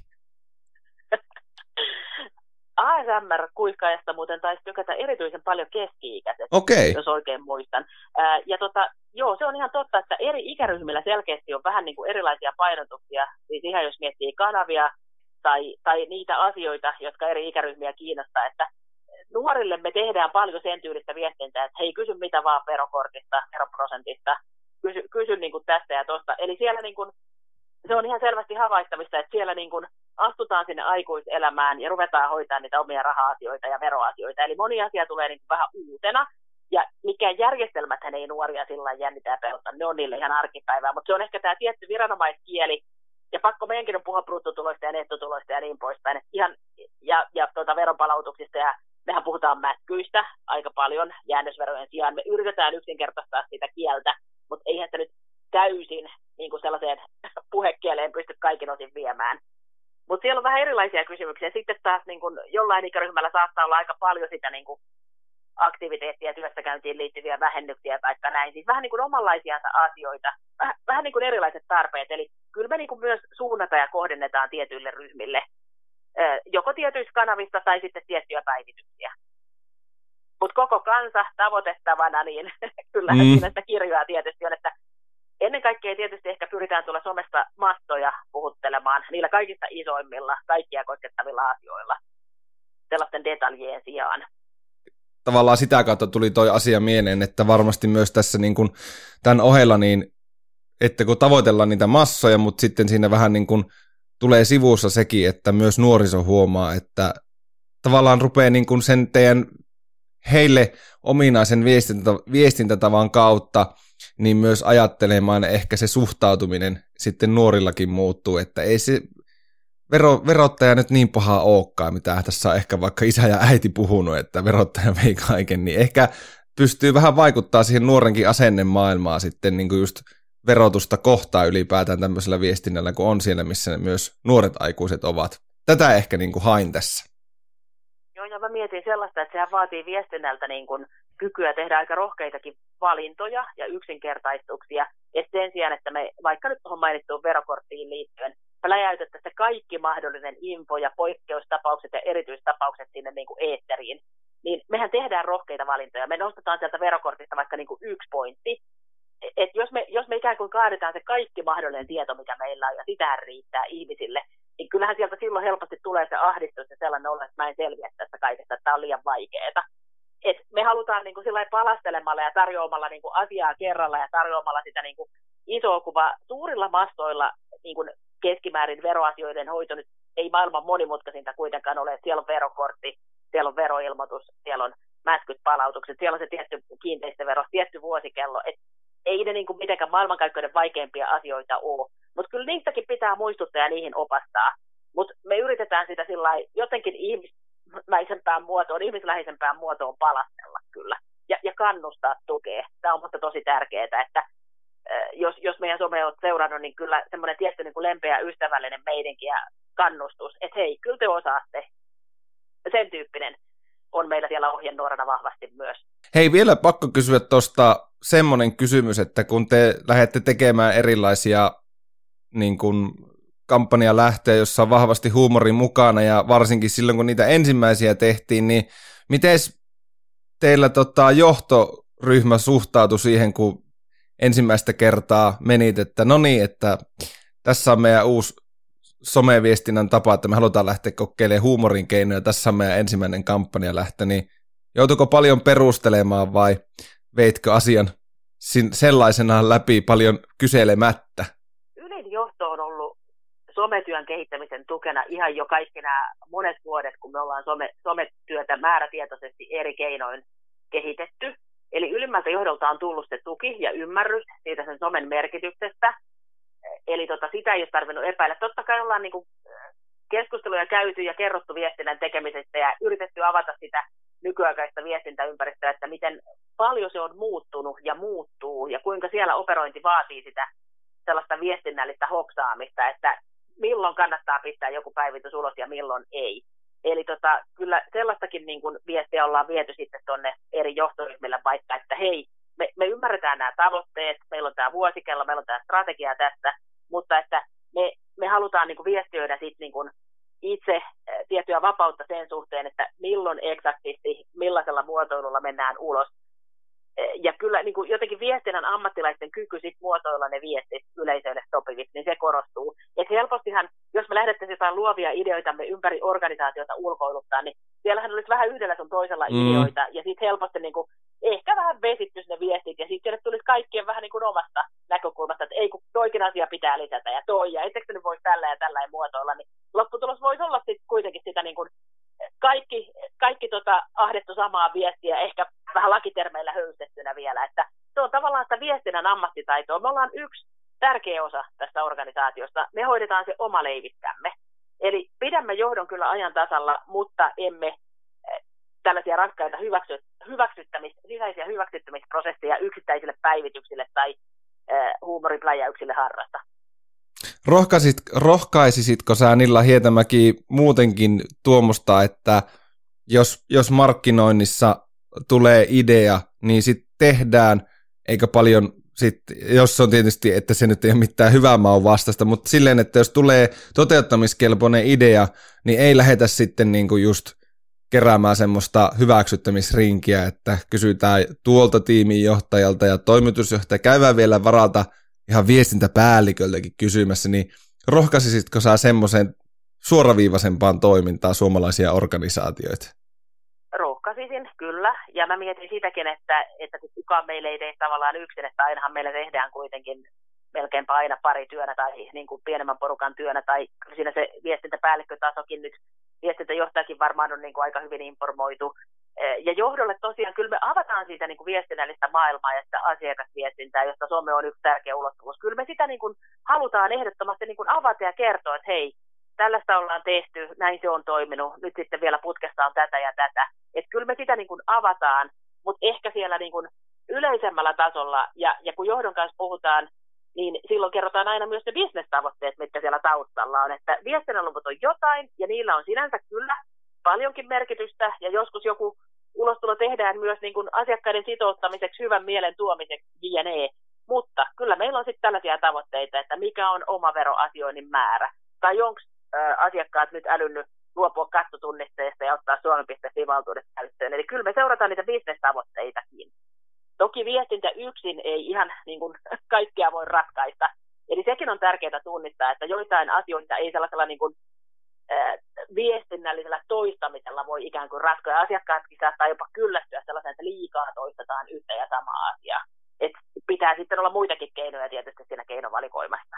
ASMR-kuiskaajasta muuten taisi tykätä erityisen paljon keski-ikäiset, jos oikein muistan. Joo, se on ihan totta, että eri ikäryhmillä selkeästi on vähän niin kuin erilaisia painotuksia. Siis ihan jos miettii kanavia tai niitä asioita, jotka eri ikäryhmiä kiinnostaa, että nuorille me tehdään paljon sen tyylistä viestintää, että hei, kysy mitä vaan verokortista, veroprosentista, kysy niin kuin tästä ja tosta. Eli siellä niin kuin, se on ihan selvästi havaittavissa, että siellä niin kuin astutaan sinne aikuiselämään ja ruvetaan hoitamaan niitä omia raha-asioita ja veroasioita. Eli moni asia tulee niin kuin vähän uutena. Ja mikään järjestelmäthän ei nuoria sillä jännitä ja pelottaa, ne on niille ihan arkipäivää, mutta se on ehkä tämä tietty viranomaiskieli, ja pakko meidänkin on puhua bruttotuloista ja nettotuloista ja niin poispäin, ja veronpalautuksista, ja mehän puhutaan mätkyistä aika paljon jäännösverojen sijaan, me yritetään yksinkertaistaa sitä kieltä, mutta eihän sitä nyt täysin niin kuin sellaiseen puhekieleen pysty kaikin osin viemään. Mutta siellä on vähän erilaisia kysymyksiä, sitten taas niin kuin jollain ikäryhmällä saattaa olla aika paljon sitä niin kuin aktiviteettia, työssäkäyntiin liittyviä vähennyksiä tai näin. Siis vähän niin kuin omanlaisiansa asioita, vähän niin kuin erilaiset tarpeet. Eli kyllä me niin kuin myös suunnataan ja kohdennetaan tietyille ryhmille, joko tietyissä kanavissa tai sitten tiettyjä päivityksiä. Mutta koko kansa tavoitettavana, niin kyllähän siinä sitä kirjoa tietysti on, että ennen kaikkea tietysti ehkä pyritään tulla somesta massoja puhuttelemaan niillä kaikista isoimmilla, kaikkia koskettavilla asioilla, sellaisten detaljien sijaan. Tavallaan sitä kautta tuli toi asia mieleen, että varmasti myös tässä niin kuin tämän ohella, niin, että kun tavoitellaan niitä massoja, mutta sitten siinä vähän niin kuin tulee sivussa sekin, että myös nuoriso huomaa, että tavallaan rupeaa niin kuin sen teidän heille ominaisen viestintätavan kautta niin myös ajattelemaan ehkä se suhtautuminen sitten nuorillakin muuttuu, että ei se verottaja nyt niin paha olekaan, mitä tässä on ehkä vaikka isä ja äiti puhunut, että verottaja vei kaiken, niin ehkä pystyy vähän vaikuttaa siihen nuorenkin asennemaailmaan sitten niin kuin just verotusta kohtaa ylipäätään tämmöisellä viestinnällä, kun on siellä, missä myös nuoret aikuiset ovat. Tätä ehkä niin kuin hain tässä. Joo, ja mä mietin sellaista, että sehän vaatii viestinnältä niin kuin kykyä tehdä aika rohkeitakin valintoja ja yksinkertaistuksia, että sen sijaan, että me vaikka nyt tuohon mainittuun verokorttiin liittyen, me läjäytettäisiin kaikki mahdollinen info ja poikkeustapaukset ja erityistapaukset sinne niin kuin eetteriin, niin mehän tehdään rohkeita valintoja. Me nostetaan sieltä verokortista vaikka niin kuin yksi pointti, että jos me ikään kuin kaadetaan se kaikki mahdollinen tieto, mikä meillä on, ja sitä riittää ihmisille, niin kyllähän sieltä silloin helposti tulee se ahdistus ja sellainen olla, että mä en selviä tästä kaikesta, että tämä on liian vaikeaa. Et me halutaan niin kuin sillä palastelemalla ja tarjoamalla niin kuin asiaa kerralla ja tarjoamalla sitä niin kuin isoa kuvaa suurilla massoilla niin kuin keskimäärin veroasioiden hoito nyt ei maailman monimutkaisinta kuitenkaan ole. Siellä on verokortti, siellä on veroilmoitus, siellä on mäskyt palautukset, siellä on se tietty kiinteistövero, tietty vuosikello. Et ei ne niin kuin mitenkään maailmankaikkeuden vaikeimpia asioita ole, mutta kyllä niistäkin pitää muistuttaa ja niihin opastaa. Mutta me yritetään sitä jotenkin ihmisläheisempään muotoon palastella kyllä ja kannustaa tukea. Tämä on minusta tosi tärkeää, että jos meidän some on seurannut, niin kyllä semmoinen tietty niin kuin lempeä, ystävällinen meidänkin ja kannustus, että hei, kyllä te osaatte. Sen tyyppinen on meillä siellä ohjenuorana vahvasti myös. Hei, vielä pakko kysyä tuosta semmoinen kysymys, että kun te lähdette tekemään erilaisia niin kuin kampanjalähtöjä, jossa on vahvasti huumori mukana, ja varsinkin silloin, kun niitä ensimmäisiä tehtiin, niin miten teillä johtoryhmä suhtautui siihen, kun ensimmäistä kertaa menit, että no niin, että tässä on meidän uusi someviestinnän tapa, että me halutaan lähteä kokeilemaan huumorin keinoja, tässä on meidän ensimmäinen kampanjalähtö, niin joutuiko paljon perustelemaan vai veitkö asian sellaisenaan läpi paljon kyselemättä? Ylin johto on ollut sometyön kehittämisen tukena ihan jo kaikki nämä monet vuodet, kun me ollaan sometyötä määrätietoisesti eri keinoin kehitetty. Eli ylimmältä johdolta on tullut se tuki ja ymmärrys siitä sen somen merkityksestä. Eli sitä ei ole tarvinnut epäillä. Totta kai ollaan niin kuin keskusteluja käyty ja kerrottu viestinnän tekemisestä ja yritetty avata sitä nykyaikaista viestintäympäristöä, että miten paljon se on muuttunut ja muuttuu ja kuinka siellä operointi vaatii sitä sellaista viestinnällistä hoksaamista, että milloin kannattaa pistää joku päivitys ulos ja milloin ei. Eli kyllä sellaistakin niin kuin viestiä ollaan viety sitten tuonne eri johtoryhmille vaikka, että hei, me ymmärretään nämä tavoitteet, meillä on tämä vuosikello, meillä on tämä strategia tästä, mutta että me halutaan niin kuin viestiöidä sitten niin kuin itse tiettyä vapautta sen suhteen, että milloin eksaktisti, millaisella muotoilulla mennään ulos. Ja kyllä niin kuin jotenkin viestinnän ammattilaisten kyky sit muotoilla ne viestit yleisölle sopiviksi, niin se korostuu. Että helpostihan, jos me lähdettäisiin jotain luovia ideoitamme ympäri organisaatiota ulkoiluttaa, niin siellähän olisi vähän yhdellä sun toisella ideoita, ja sitten helposti niin kuin, ehkä vähän vesittyisi ne viestit, ja sitten sieltä tulisi kaikkien vähän niin kuin omasta näkökulmasta, että ei kun toikin asia pitää lisätä, ja toi, ja etteikö se nyt voisi tällä ja tällä muotoilla, niin lopputulos voisi olla sitten kuitenkin sitä niin kuin kaikki ahdettu samaa viestiä, ehkä vähän lakitermeillä höystettynä vielä, että se on tavallaan sitä viestinnän ammattitaitoa. Me ollaan yksi tärkeä osa tästä organisaatiosta. Me hoidetaan se oma leiviskämme. Eli pidämme johdon kyllä ajan tasalla, mutta emme tällaisia raskaita sisäisiä hyväksyttämisprosesseja yksittäisille päivityksille tai huumoripläjäyksille harrasta. Rohkaisisitko sä Nilla Hietämäki muutenkin tuommoista, että jos markkinoinnissa tulee idea, niin sitten tehdään, eikä paljon sitten, jos on tietysti, että se nyt ei ole mitään hyvää maun vastasta, mutta silleen, että jos tulee toteuttamiskelpoinen idea, niin ei lähetä sitten niinku just keräämään semmoista hyväksyttämisrinkiä, että kysytään tuolta tiimin johtajalta ja toimitusjohtaja, käydään vielä varalta ihan viestintäpäälliköltäkin kysymässä, niin rohkaisisitko sä semmoisen suoraviivaisempaan toimintaan suomalaisia organisaatioita? Rohkaisisin, kyllä. Ja mä mietin sitäkin, että kun kukaan meille ei tee tavallaan yksin, että ainahan meillä tehdään kuitenkin melkeinpä aina pari työnä tai niin kuin pienemmän porukan työnä, tai siinä se viestintäpäällikkötasokin nyt, viestintäjohtajakin varmaan on niin kuin aika hyvin informoitu. Ja johdolle tosiaan, kyllä me avataan siitä niin kuin viestinnällistä maailmaa ja sitä asiakasviestintää, josta some on yksi tärkeä ulottuvuus. Kyllä me sitä niin kuin halutaan ehdottomasti niin kuin avata ja kertoa, että hei, tällaista ollaan tehty, näin se on toiminut, nyt sitten vielä putkessa on tätä ja tätä. Että kyllä me sitä niin kuin avataan, mutta ehkä siellä niin kuin yleisemmällä tasolla, ja kun johdon kanssa puhutaan, niin silloin kerrotaan aina myös ne bisnestavoitteet, mitkä siellä taustalla on. Että viestinnän luvut on jotain, ja niillä on sinänsä kyllä paljonkin merkitystä, ja joskus joku ulostulo tehdään myös niin kuin asiakkaiden sitouttamiseksi, hyvän mielen tuomiseksi, jne. Mutta kyllä meillä on sitten tällaisia tavoitteita, että mikä on oma veroasioinnin määrä, tai onko asiakkaat nyt älynnyt luopua kattotunnisteesta ja ottaa Suomi.fi-valtuudet käyttöön. Eli kyllä me seurataan niitä bisnestavoitteitakin. Toki viestintä yksin ei ihan niin kuin kaikkea voi ratkaista. Eli sekin on tärkeää tunnistaa, että joitain asioita ei sellaisella niin kuin, viestinnällisellä toistamisella voi ikään kuin ratkoa. Ja asiakkaatkin saattaa jopa kyllästyä sellaisen, että liikaa toistetaan yhtä ja samaa asiaa. Et pitää sitten olla muitakin keinoja tietysti siinä keinovalikoimassa.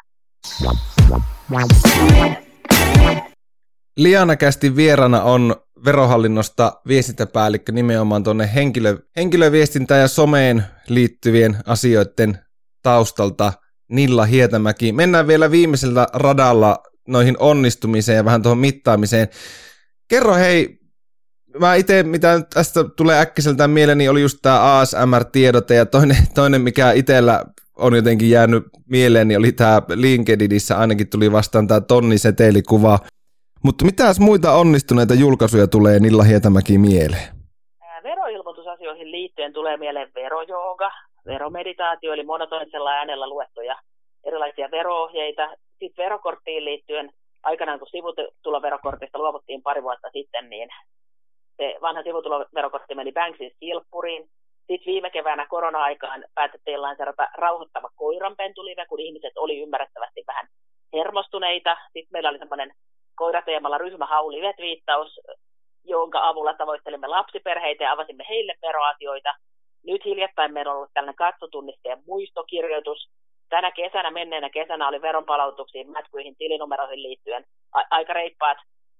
Liana-kästin vierana on Verohallinnosta viestintäpäällikkö nimenomaan tuonne henkilöviestintään ja someen liittyvien asioiden taustalta Nilla Hietämäki. Mennään vielä viimeisellä radalla noihin onnistumiseen ja vähän tuohon mittaamiseen. Kerro hei, mä itse, mitä tästä tulee äkkiseltään mieleeni, oli just tämä ASMR-tiedote ja toinen mikä itsellä on jotenkin jäänyt mieleeni, oli tämä LinkedInissä ainakin tuli vastaan tämä tonnisetelikuva. Mutta mitäs muita onnistuneita julkaisuja tulee Nilla Hietämäki mieleen? Veroilmoitusasioihin liittyen tulee mieleen verojooga, veromeditaatio, eli monotonisella äänellä luettuja erilaisia vero-ohjeita. Sitten verokorttiin liittyen, aikanaan kun sivutuloverokortista luovuttiin pari vuotta sitten, niin se vanha sivutuloverokortti meni Banksin silppuriin. Sitten viime keväänä korona-aikaan päätettiin lanseerata rauhoittava koiranpentulive, kun ihmiset oli ymmärrettävästi vähän hermostuneita. Sitten meillä oli semmoinen koirateemalla ryhmähaulivet-viittaus, jonka avulla tavoittelimme lapsiperheitä ja avasimme heille veroasioita. Nyt hiljattain meillä on ollut tällainen kattotunnisteen muistokirjoitus. Tänä kesänä, menneenä kesänä oli veronpalautuksiin, mätkuihin, tilinumeroihin liittyen aika reippaat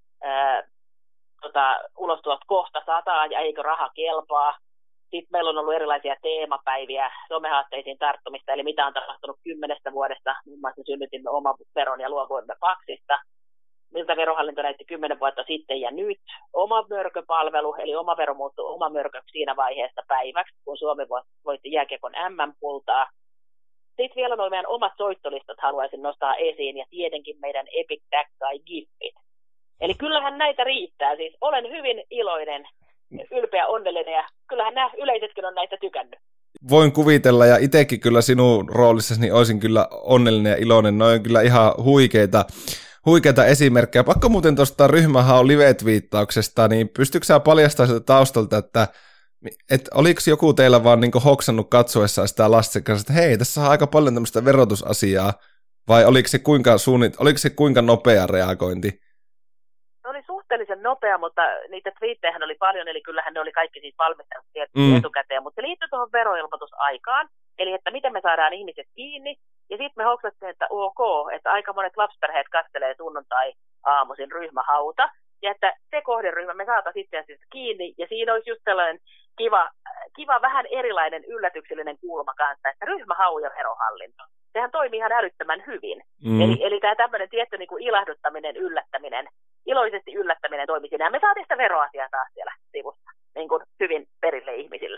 ulostulot kohta 100 ja eikö raha kelpaa. Sitten meillä on ollut erilaisia teemapäiviä, somehaasteisiin tarttumista, eli mitä on tapahtunut 10 vuodesta. Muun muassa synnytimme oman veron ja luovuimme faksista. Miltä verohallinto näytti 10 vuotta sitten ja nyt. Oma mörköpalvelu, eli oma vero muuttui oma mörköksi siinä vaiheessa päiväksi, kun Suomi voitti jääkiekon MM-kultaa. Sitten vielä nuo meidän omat soittolistat haluaisin nostaa esiin, ja tietenkin meidän Epic Tag tai Giffit. Eli kyllähän näitä riittää. Siis olen hyvin iloinen, ylpeä, onnellinen, ja kyllähän nämä yleisetkin on näitä tykännyt. Voin kuvitella, ja itsekin kyllä sinun roolissasi niin olisin kyllä onnellinen ja iloinen. Noi on kyllä ihan huikeita esimerkkejä. Pakko muuten tuosta ryhmähaun live-twiittauksesta, niin pystytkö sä paljastamaan sitä taustalta, että oliko joku teillä vaan niin hoksannut katsoessaan sitä lasten kanssa, että hei, tässä on aika paljon tämmöistä verotusasiaa, vai oliko se kuinka nopea reagointi? Se oli suhteellisen nopea, mutta niitä twiittejähän oli paljon, eli kyllähän ne oli kaikki siis valmisteltu etukäteen, mutta se liittyy tuohon veroilmoitusaikaan, eli että miten me saadaan ihmiset kiinni, ja sitten me hoksattiin, että ok, että aika monet lapsiperheet kastelee sunnuntai-aamuisin ryhmähauta, ja että se kohderyhmä me saataisiin itse asiassa kiinni, ja siinä olisi just sellainen kiva vähän erilainen yllätyksellinen kulma kanssa, että ryhmähau ja verohallinto. Sehän toimii ihan älyttömän hyvin. Eli tämä tämmöinen tietty niin kuin ilahduttaminen, yllättäminen, iloisesti yllättäminen toimi siinä. Ja me saatiin sitä veroasiaa taas siellä sivussa niin kuin hyvin perille ihmisille.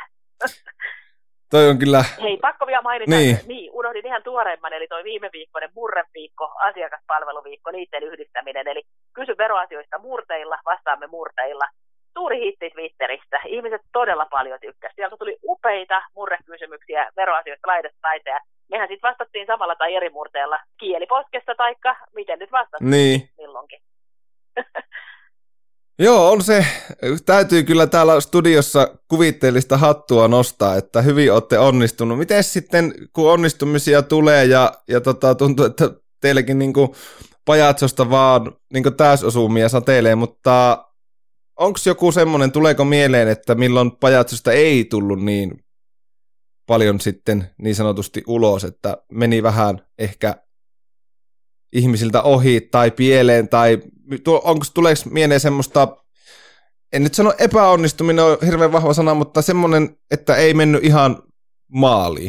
Toi on kyllä... Hei, pakko vielä mainita, niin, unohdin ihan tuoreimman, eli toi viime viikkoinen murreviikko, asiakaspalveluviikko, niiden yhdistäminen. Eli kysy veroasioista murteilla, vastaamme murteilla. Suuri hitti Twitterissä. Ihmiset todella paljon tykkäsivät. Sieltä tuli upeita murrekysymyksiä veroasioista laidasta taiteen. Mehän sitten vastattiin samalla tai eri murteella kieliposkessa, taikka miten nyt vastattiin milloinkin. Joo, on se. Täytyy kyllä täällä studiossa kuvitteellista hattua nostaa, että hyvin olette onnistunut. Miten sitten, kun onnistumisia tulee ja tuntuu, että teilläkin niin kuin pajatsosta vaan niin kuin täysosumia satelee, mutta onko joku semmoinen, tuleeko mieleen, että milloin pajatsosta ei tullut niin paljon sitten niin sanotusti ulos, että meni vähän ehkä ihmisiltä ohi tai pieleen, tai tuleeko mieleen semmoista, en nyt sano epäonnistuminen on hirveän vahva sana, mutta semmoinen, että ei mennyt ihan maaliin?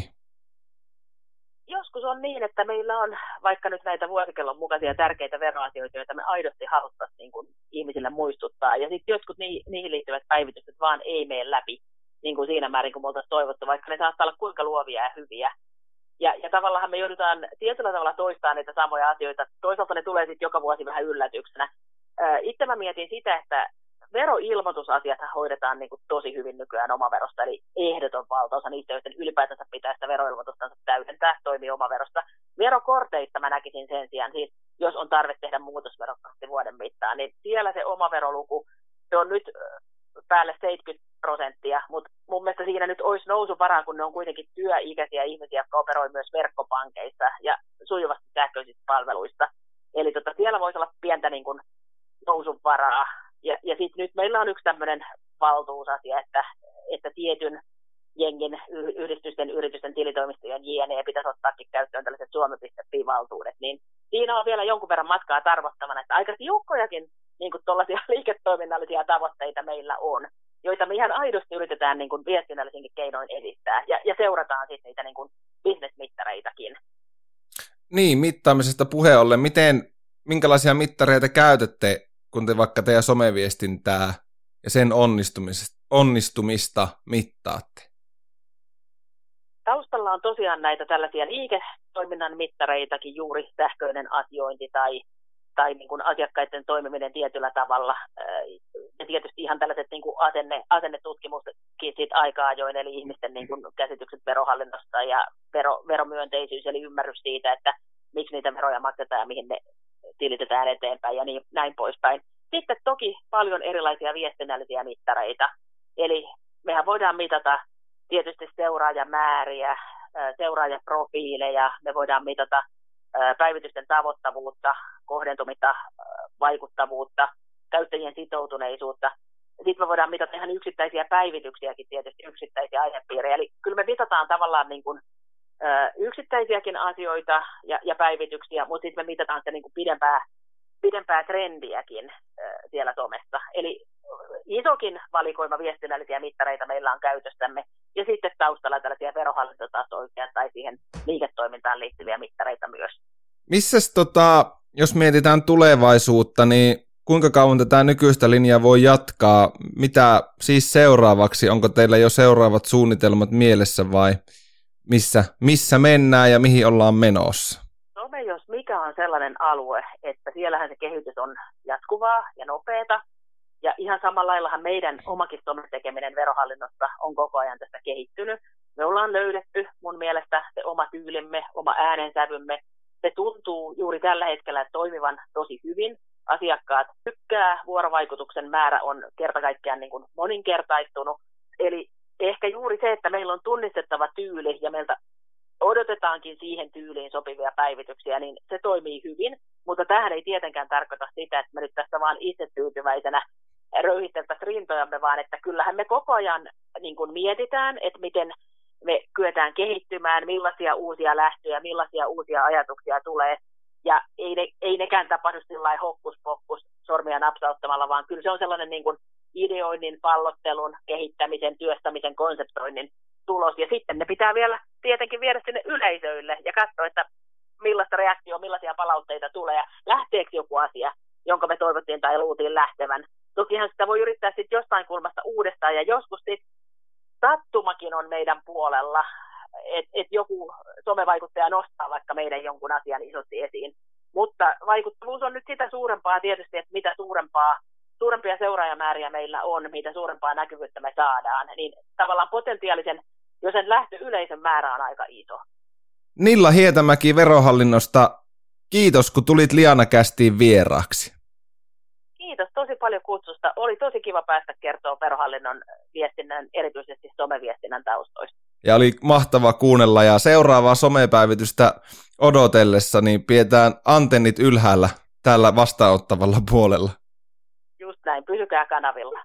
Joskus on niin, että meillä on vaikka nyt näitä vuosikellon mukaisia tärkeitä veroasioita, joita me aidosti haluttaisiin niin kuin ihmisille muistuttaa, ja sitten jotkut niihin liittyvät päivitykset vaan ei mene läpi niin kuin siinä määrin, kun me oltaisiin toivottu, vaikka ne saattaa olla kuinka luovia ja hyviä. Ja tavallaan me joudutaan tietyllä tavalla toistamaan niitä samoja asioita. Toisaalta ne tulee sitten joka vuosi vähän yllätyksenä. Itse mä mietin sitä, että veroilmoitusasiat hoidetaan niin kuin tosi hyvin nykyään omaverosta, eli ehdoton valtaosa niistä, joiden ylipäätänsä pitää sitä veroilmoitustansa täydentää, toimii omaverosta. Verokorteista mä näkisin sen sijaan, siis jos on tarve tehdä muutosverokortti vuoden mittaan, niin siellä se omaveroluku, se on nyt päälle 70%, mutta mun mielestä siinä nyt olisi nousuvaraa, kun ne on kuitenkin työikäisiä ihmisiä, jotka operoi myös verkkopankeissa ja sujuvasti sähköisistä palveluista. Eli siellä voisi olla pientä niin kuin nousuvaraa. Ja sitten nyt meillä on yksi tämmöinen valtuusasia, että tietyn jengin yritysten tilitoimistojen JNE pitäisi ottaakin käyttöön tällaiset Suomi.fi-valtuudet, niin siinä on vielä jonkun verran matkaa tarvottavana, että aika tiukkojakin niin kuin tuollaisia liiketoiminnallisia tavoitteita meillä on, joita me ihan aidosti yritetään niin kuin viestinnällisinkin keinoin edistää, ja seurataan sitten niitä niin kuin bisnesmittareitakin. Niin, mittaamisesta puheen ollen, minkälaisia mittareita käytätte, kun te vaikka teidän someviestintää ja sen onnistumista mittaatte? Taustalla on tosiaan näitä tällaisia liiketoiminnan mittareitakin, juuri sähköinen asiointi tai niin kuin asiakkaiden toimiminen tietyllä tavalla. Ja tietysti ihan tällaiset niin kuin asennetutkimuksetkin siitä aikaa ajoin, eli ihmisten niin kuin käsitykset verohallinnosta ja veromyönteisyys, eli ymmärrys siitä, että miksi niitä veroja maksetaan ja mihin ne tilitetään eteenpäin ja niin, näin poispäin. Sitten toki paljon erilaisia viestinnällisiä mittareita, eli mehän voidaan mitata tietysti seuraajamääriä, seuraajaprofiileja, me voidaan mitata päivitysten tavoittavuutta, kohdentumista, vaikuttavuutta, käyttäjien sitoutuneisuutta. Sitten me voidaan mitata ihan yksittäisiä päivityksiäkin, tietysti yksittäisiä aihepiirejä. Eli kyllä me mitataan tavallaan niin kuin, yksittäisiäkin asioita ja päivityksiä, mutta sitten me mitataan sitä niin kuin pidempää trendiäkin siellä somessa. Eli isokin valikoima viestinnällisiä mittareita meillä on käytössämme, ja sitten taustalla tällaisia verohallintotasoisia tai siihen liiketoimintaan liittyviä mittareita myös. Missäs jos mietitään tulevaisuutta, niin kuinka kauan tätä nykyistä linjaa voi jatkaa? Mitä siis seuraavaksi? Onko teillä jo seuraavat suunnitelmat mielessä vai missä mennään ja mihin ollaan menossa? Some, jos mikä, on sellainen alue, että siellähän se kehitys on jatkuvaa ja nopeata. Ja ihan samalla laillahan meidän omakin somen tekeminen verohallinnossa on koko ajan tässä kehittynyt. Me ollaan löydetty mun mielestä se oma tyylimme, oma äänensävymme. Se tuntuu juuri tällä hetkellä toimivan tosi hyvin. Asiakkaat tykkää, vuorovaikutuksen määrä on kerta kaikkiaan niin kuin moninkertaistunut. Eli ehkä juuri se, että meillä on tunnistettava tyyli ja meiltä odotetaankin siihen tyyliin sopivia päivityksiä, niin se toimii hyvin. Mutta tämähän ei tietenkään tarkoita sitä, että me nyt tässä vaan itse tyytyväisenä röyhisteltäisiin rintojamme, vaan että kyllähän me koko ajan niin kuin mietitään, että miten me kyetään kehittymään, millaisia uusia lähtöjä, millaisia uusia ajatuksia tulee. Ja ei nekään tapahdu sillä hokkus-pokkus sormia napsauttamalla, vaan kyllä se on sellainen niin kuin ideoinnin, pallottelun, kehittämisen, työstämisen, konseptoinnin tulos. Ja sitten ne pitää vielä tietenkin viedä sinne yleisöille ja katsoa, että millaista reaktioa, millaisia palautteita tulee ja lähteekö joku asia, jonka me toivottiin tai luultiin lähtevän. Tokihan sitä voi yrittää sitten jostain kulmasta uudestaan ja joskus sitten sattumakin on meidän puolella, että joku somevaikuttaja nostaa vaikka meidän jonkun asian isosti esiin. Mutta vaikuttavuus on nyt sitä suurempaa tietysti, että mitä suurempia seuraajamääriä meillä on, mitä suurempaa näkyvyyttä me saadaan, niin tavallaan potentiaalisen, jos sen lähtöyleisön määrä on aika iso. Nilla Hietämäki Verohallinnosta, kiitos kun tulit Liana Castiin vieraaksi. Kiitos tosi paljon. paljon kutsusta. Oli tosi kiva päästä kertoa Verohallinnon viestinnän, erityisesti someviestinnän taustoista. Ja oli mahtava kuunnella, ja seuraavaa somepäivitystä odotellessa, niin pidetään antennit ylhäällä tällä vastaanottavalla puolella. Just näin, pysykää kanavilla.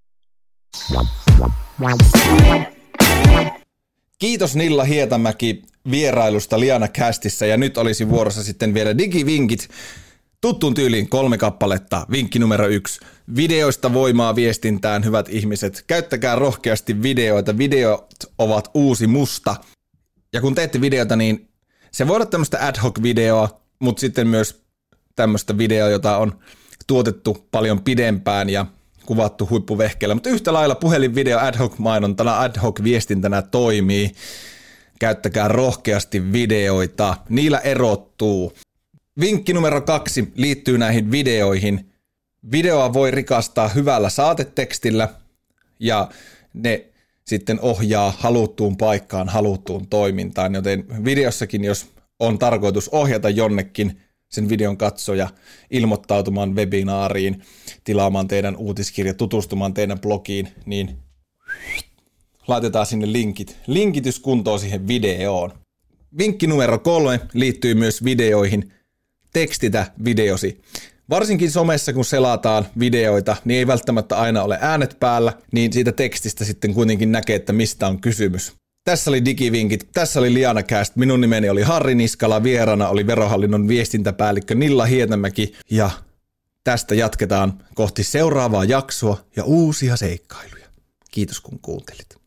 Kiitos Nilla Hietamäki vierailusta Liana Castissa, ja nyt olisi vuorossa sitten vielä digivinkit. Tuttuun tyyliin 3 kappaletta. Vinkki numero 1. Videoista voimaa viestintään, hyvät ihmiset. Käyttäkää rohkeasti videoita. Videot ovat uusi musta. Ja kun teette videota, niin se voi olla tämmöistä ad hoc videoa, mutta sitten myös tämmöistä videoa, jota on tuotettu paljon pidempään ja kuvattu huippuvehkeellä. Mutta yhtä lailla puhelinvideo ad hoc mainontana, ad hoc viestintänä toimii. Käyttäkää rohkeasti videoita. Niillä erottuu. Vinkki numero 2 liittyy näihin videoihin. Videoa voi rikastaa hyvällä saatetekstillä ja ne sitten ohjaa haluttuun paikkaan, haluttuun toimintaan. Joten videossakin, jos on tarkoitus ohjata jonnekin sen videon katsoja ilmoittautumaan webinaariin, tilaamaan teidän uutiskirja, tutustumaan teidän blogiin, niin laitetaan sinne linkitys kuntoon siihen videoon. Vinkki numero 3 liittyy myös videoihin. Tekstitä videosi. Varsinkin somessa, kun selataan videoita, niin ei välttämättä aina ole äänet päällä, niin siitä tekstistä sitten kuitenkin näkee, että mistä on kysymys. Tässä oli digivinkit, tässä oli Liana Cast, minun nimeni oli Harri Niskala, vieraana oli Verohallinnon viestintäpäällikkö Nilla Hietamäki, ja tästä jatketaan kohti seuraavaa jaksoa ja uusia seikkailuja. Kiitos kun kuuntelit.